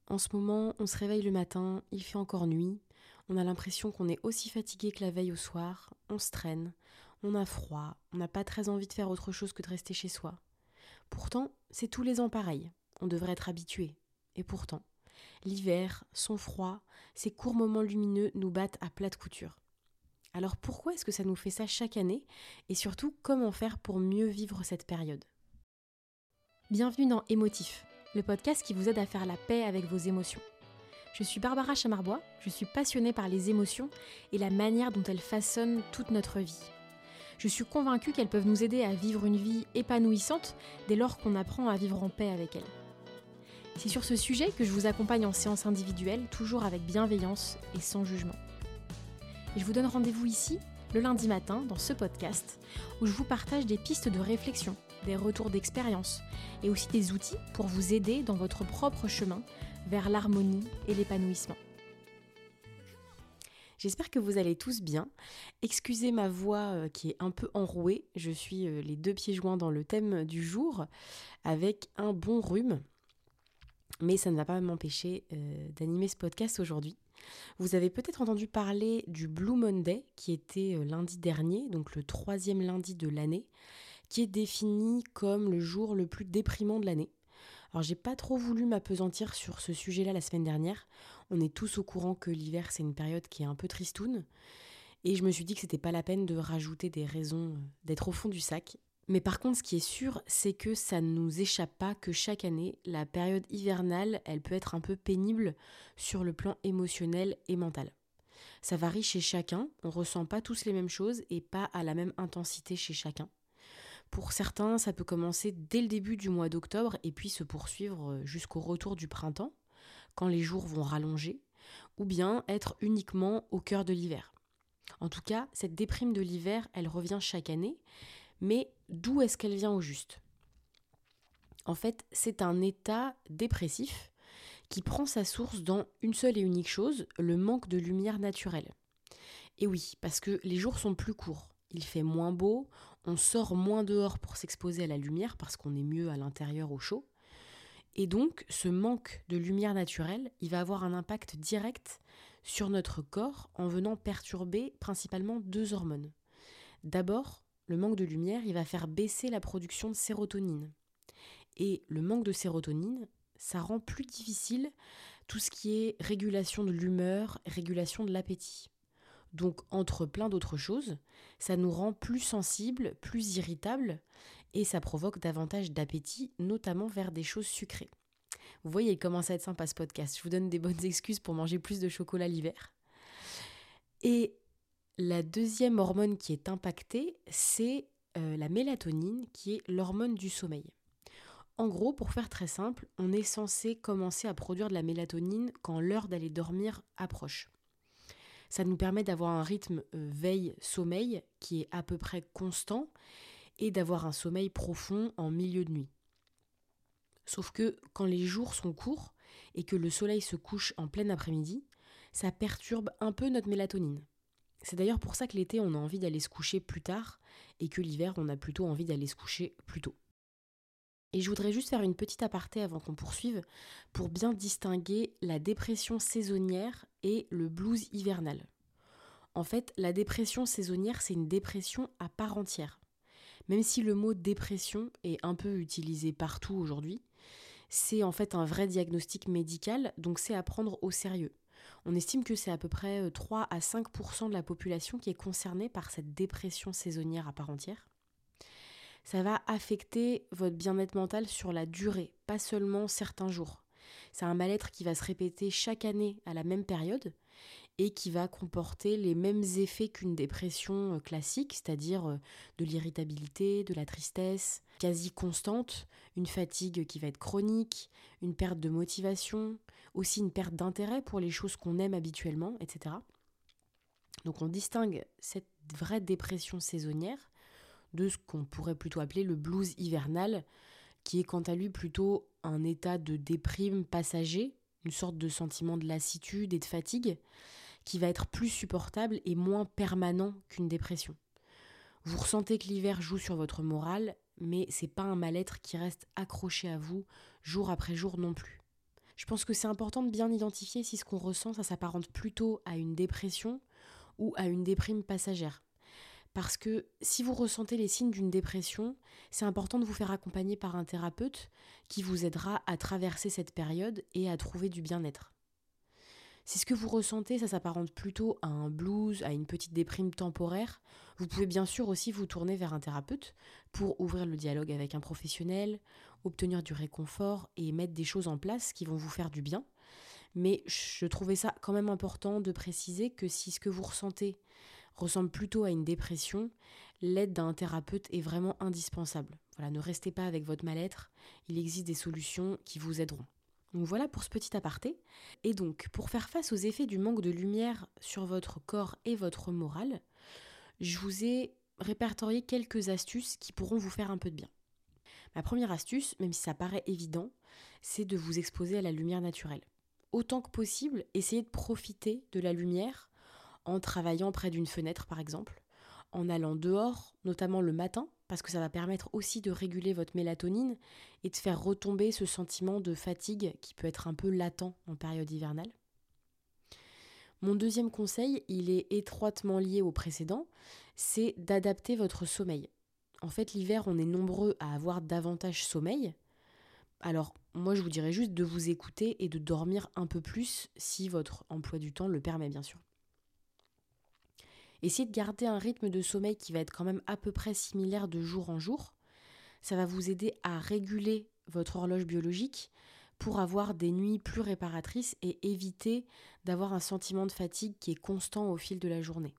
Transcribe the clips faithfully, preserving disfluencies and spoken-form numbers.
En ce moment, on se réveille le matin, il fait encore nuit, on a l'impression qu'on est aussi fatigué que la veille au soir, on se traîne, on a froid, on n'a pas très envie de faire autre chose que de rester chez soi. Pourtant, c'est tous les ans pareil, on devrait être habitué. Et pourtant, l'hiver, son froid, ces courts moments lumineux nous battent à plate couture. Alors pourquoi est-ce que ça nous fait ça chaque année? Et surtout, comment faire pour mieux vivre cette période? Bienvenue dans Émotif, le podcast qui vous aide à faire la paix avec vos émotions. Je suis Barbara Chamarbois, je suis passionnée par les émotions et la manière dont elles façonnent toute notre vie. Je suis convaincue qu'elles peuvent nous aider à vivre une vie épanouissante dès lors qu'on apprend à vivre en paix avec elles. C'est sur ce sujet que je vous accompagne en séance individuelle, toujours avec bienveillance et sans jugement. Et je vous donne rendez-vous ici, le lundi matin, dans ce podcast, où je vous partage des pistes de réflexion, des retours d'expérience et aussi des outils pour vous aider dans votre propre chemin vers l'harmonie et l'épanouissement. J'espère que vous allez tous bien. Excusez ma voix qui est un peu enrouée, je suis les deux pieds joints dans le thème du jour avec un bon rhume. Mais ça ne va pas m'empêcher euh, d'animer ce podcast aujourd'hui. Vous avez peut-être entendu parler du Blue Monday qui était euh, lundi dernier, donc le troisième lundi de l'année, qui est défini comme le jour le plus déprimant de l'année. Alors j'ai pas trop voulu m'appesantir sur ce sujet-là la semaine dernière. On est tous au courant que l'hiver c'est une période qui est un peu tristoune. Et je me suis dit que c'était pas la peine de rajouter des raisons d'être au fond du sac. Mais par contre, ce qui est sûr, c'est que ça ne nous échappe pas que chaque année, la période hivernale, elle peut être un peu pénible sur le plan émotionnel et mental. Ça varie chez chacun, on ne ressent pas tous les mêmes choses et pas à la même intensité chez chacun. Pour certains, ça peut commencer dès le début du mois d'octobre et puis se poursuivre jusqu'au retour du printemps, quand les jours vont rallonger, ou bien être uniquement au cœur de l'hiver. En tout cas, cette déprime de l'hiver, elle revient chaque année. Mais d'où est-ce qu'elle vient au juste? En fait, c'est un état dépressif qui prend sa source dans une seule et unique chose, le manque de lumière naturelle. Et oui, parce que les jours sont plus courts, il fait moins beau, on sort moins dehors pour s'exposer à la lumière parce qu'on est mieux à l'intérieur au chaud. Et donc, ce manque de lumière naturelle, il va avoir un impact direct sur notre corps en venant perturber principalement deux hormones. D'abord, le manque de lumière, il va faire baisser la production de sérotonine. Et le manque de sérotonine, ça rend plus difficile tout ce qui est régulation de l'humeur, régulation de l'appétit. Donc, entre plein d'autres choses, ça nous rend plus sensibles, plus irritables, et ça provoque davantage d'appétit, notamment vers des choses sucrées. Vous voyez, il commence à être sympa ce podcast. Je vous donne des bonnes excuses pour manger plus de chocolat l'hiver. Et la deuxième hormone qui est impactée, c'est euh, la mélatonine, qui est l'hormone du sommeil. En gros, pour faire très simple, on est censé commencer à produire de la mélatonine quand l'heure d'aller dormir approche. Ça nous permet d'avoir un rythme euh, veille-sommeil qui est à peu près constant et d'avoir un sommeil profond en milieu de nuit. Sauf que quand les jours sont courts et que le soleil se couche en plein après-midi, ça perturbe un peu notre mélatonine. C'est d'ailleurs pour ça que l'été, on a envie d'aller se coucher plus tard et que l'hiver, on a plutôt envie d'aller se coucher plus tôt. Et je voudrais juste faire une petite aparté avant qu'on poursuive pour bien distinguer la dépression saisonnière et le blues hivernal. En fait, la dépression saisonnière, c'est une dépression à part entière. Même si le mot dépression est un peu utilisé partout aujourd'hui, c'est en fait un vrai diagnostic médical, donc c'est à prendre au sérieux. On estime que c'est à peu près trois à cinq pour cent de la population qui est concernée par cette dépression saisonnière à part entière. Ça va affecter votre bien-être mental sur la durée, pas seulement certains jours. C'est un mal-être qui va se répéter chaque année à la même période et qui va comporter les mêmes effets qu'une dépression classique, c'est-à-dire de l'irritabilité, de la tristesse quasi constante, une fatigue qui va être chronique, une perte de motivation, aussi une perte d'intérêt pour les choses qu'on aime habituellement, et cetera. Donc on distingue cette vraie dépression saisonnière de ce qu'on pourrait plutôt appeler le blues hivernal, qui est quant à lui plutôt un état de déprime passager, une sorte de sentiment de lassitude et de fatigue, qui va être plus supportable et moins permanent qu'une dépression. Vous ressentez que l'hiver joue sur votre morale, mais c'est pas un mal-être qui reste accroché à vous jour après jour non plus. Je pense que c'est important de bien identifier si ce qu'on ressent, ça s'apparente plutôt à une dépression ou à une déprime passagère. Parce que si vous ressentez les signes d'une dépression, c'est important de vous faire accompagner par un thérapeute qui vous aidera à traverser cette période et à trouver du bien-être. Si ce que vous ressentez, ça s'apparente plutôt à un blues, à une petite déprime temporaire, vous pouvez bien sûr aussi vous tourner vers un thérapeute pour ouvrir le dialogue avec un professionnel, obtenir du réconfort et mettre des choses en place qui vont vous faire du bien. Mais je trouvais ça quand même important de préciser que si ce que vous ressentez ressemble plutôt à une dépression, l'aide d'un thérapeute est vraiment indispensable. Voilà, ne restez pas avec votre mal-être, il existe des solutions qui vous aideront. Donc voilà pour ce petit aparté. Et donc, pour faire face aux effets du manque de lumière sur votre corps et votre morale, je vous ai répertorié quelques astuces qui pourront vous faire un peu de bien. Ma première astuce, même si ça paraît évident, c'est de vous exposer à la lumière naturelle. Autant que possible, essayez de profiter de la lumière en travaillant près d'une fenêtre par exemple, en allant dehors, notamment le matin, parce que ça va permettre aussi de réguler votre mélatonine et de faire retomber ce sentiment de fatigue qui peut être un peu latent en période hivernale. Mon deuxième conseil, il est étroitement lié au précédent, c'est d'adapter votre sommeil. En fait, l'hiver, on est nombreux à avoir davantage sommeil. Alors, moi, je vous dirais juste de vous écouter et de dormir un peu plus si votre emploi du temps le permet, bien sûr. Essayez de garder un rythme de sommeil qui va être quand même à peu près similaire de jour en jour. Ça va vous aider à réguler votre horloge biologique pour avoir des nuits plus réparatrices et éviter d'avoir un sentiment de fatigue qui est constant au fil de la journée.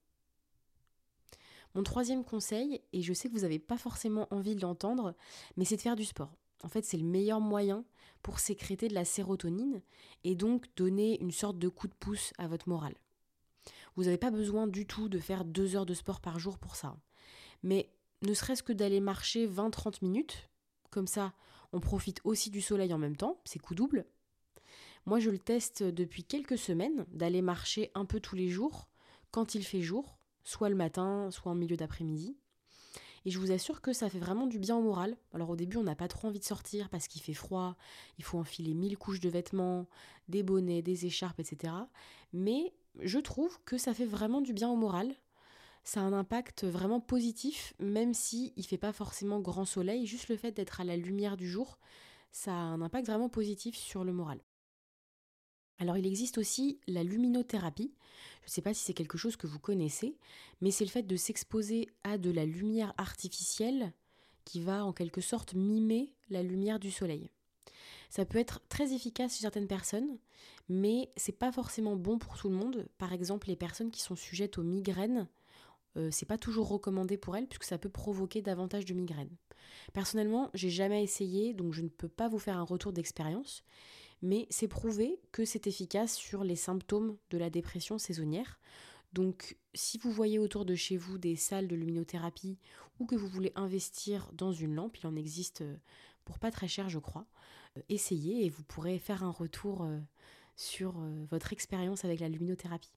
Mon troisième conseil, et je sais que vous n'avez pas forcément envie de l'entendre, mais c'est de faire du sport. En fait, c'est le meilleur moyen pour sécréter de la sérotonine et donc donner une sorte de coup de pouce à votre morale. Vous n'avez pas besoin du tout de faire deux heures de sport par jour pour ça. Mais ne serait-ce que d'aller marcher vingt à trente minutes, comme ça, on profite aussi du soleil en même temps, c'est coup double. Moi, je le teste depuis quelques semaines, d'aller marcher un peu tous les jours, quand il fait jour, soit le matin, soit en milieu d'après-midi. Et je vous assure que ça fait vraiment du bien au moral. Alors au début, on n'a pas trop envie de sortir parce qu'il fait froid, il faut enfiler mille couches de vêtements, des bonnets, des écharpes, et cetera. Mais je trouve que ça fait vraiment du bien au moral. Ça a un impact vraiment positif, même s'il ne fait pas forcément grand soleil. Juste le fait d'être à la lumière du jour, ça a un impact vraiment positif sur le moral. Alors il existe aussi la luminothérapie. Je ne sais pas si c'est quelque chose que vous connaissez, mais c'est le fait de s'exposer à de la lumière artificielle qui va en quelque sorte mimer la lumière du soleil. Ça peut être très efficace chez certaines personnes, mais c'est pas forcément bon pour tout le monde. Par exemple, les personnes qui sont sujettes aux migraines, euh, c'est pas toujours recommandé pour elles puisque ça peut provoquer davantage de migraines. Personnellement, j'ai jamais essayé, donc je ne peux pas vous faire un retour d'expérience, mais c'est prouvé que c'est efficace sur les symptômes de la dépression saisonnière. Donc, si vous voyez autour de chez vous des salles de luminothérapie ou que vous voulez investir dans une lampe, il en existe pour pas très cher, je crois, euh, essayez et vous pourrez faire un retour euh, sur euh, votre expérience avec la luminothérapie.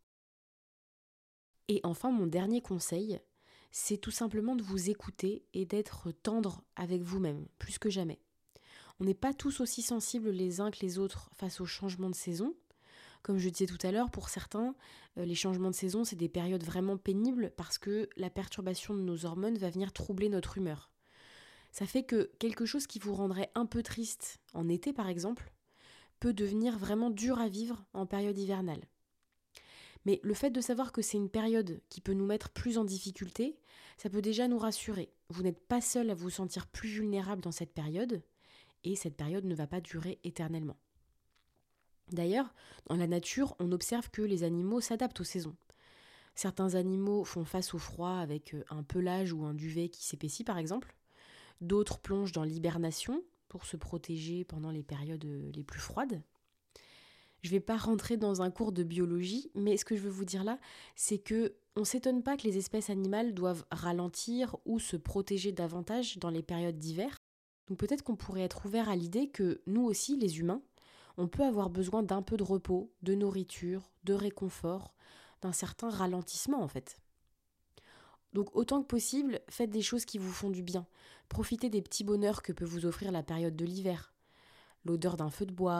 Et enfin, mon dernier conseil, c'est tout simplement de vous écouter et d'être tendre avec vous-même, plus que jamais. On n'est pas tous aussi sensibles les uns que les autres face aux changements de saison. Comme je disais tout à l'heure, pour certains, euh, les changements de saison, c'est des périodes vraiment pénibles parce que la perturbation de nos hormones va venir troubler notre humeur. Ça fait que quelque chose qui vous rendrait un peu triste en été par exemple, peut devenir vraiment dur à vivre en période hivernale. Mais le fait de savoir que c'est une période qui peut nous mettre plus en difficulté, ça peut déjà nous rassurer. Vous n'êtes pas seul à vous sentir plus vulnérable dans cette période, et cette période ne va pas durer éternellement. D'ailleurs, dans la nature, on observe que les animaux s'adaptent aux saisons. Certains animaux font face au froid avec un pelage ou un duvet qui s'épaissit par exemple. D'autres plongent dans l'hibernation pour se protéger pendant les périodes les plus froides. Je ne vais pas rentrer dans un cours de biologie, mais ce que je veux vous dire là, c'est que on ne s'étonne pas que les espèces animales doivent ralentir ou se protéger davantage dans les périodes d'hiver. Donc peut-être qu'on pourrait être ouvert à l'idée que nous aussi, les humains, on peut avoir besoin d'un peu de repos, de nourriture, de réconfort, d'un certain ralentissement en fait. Donc autant que possible, faites des choses qui vous font du bien. Profitez des petits bonheurs que peut vous offrir la période de l'hiver. L'odeur d'un feu de bois,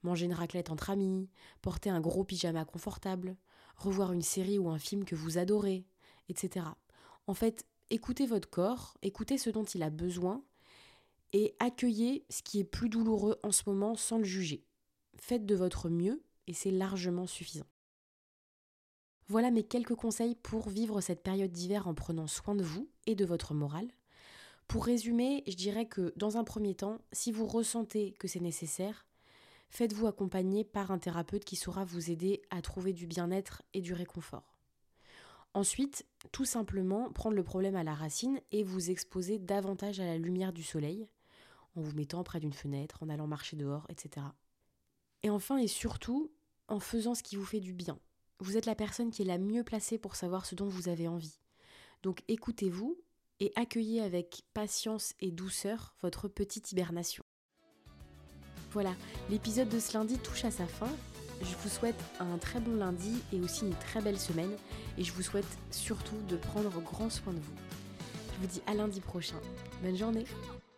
manger une raclette entre amis, porter un gros pyjama confortable, revoir une série ou un film que vous adorez, et cetera. En fait, écoutez votre corps, écoutez ce dont il a besoin et accueillez ce qui est plus douloureux en ce moment sans le juger. Faites de votre mieux et c'est largement suffisant. Voilà mes quelques conseils pour vivre cette période d'hiver en prenant soin de vous et de votre morale. Pour résumer, je dirais que dans un premier temps, si vous ressentez que c'est nécessaire, faites-vous accompagner par un thérapeute qui saura vous aider à trouver du bien-être et du réconfort. Ensuite, tout simplement prendre le problème à la racine et vous exposer davantage à la lumière du soleil, en vous mettant près d'une fenêtre, en allant marcher dehors, et cetera. Et enfin et surtout, en faisant ce qui vous fait du bien. Vous êtes la personne qui est la mieux placée pour savoir ce dont vous avez envie. Donc écoutez-vous et accueillez avec patience et douceur votre petite hibernation. Voilà, l'épisode de ce lundi touche à sa fin. Je vous souhaite un très bon lundi et aussi une très belle semaine. Et je vous souhaite surtout de prendre grand soin de vous. Je vous dis à lundi prochain. Bonne journée!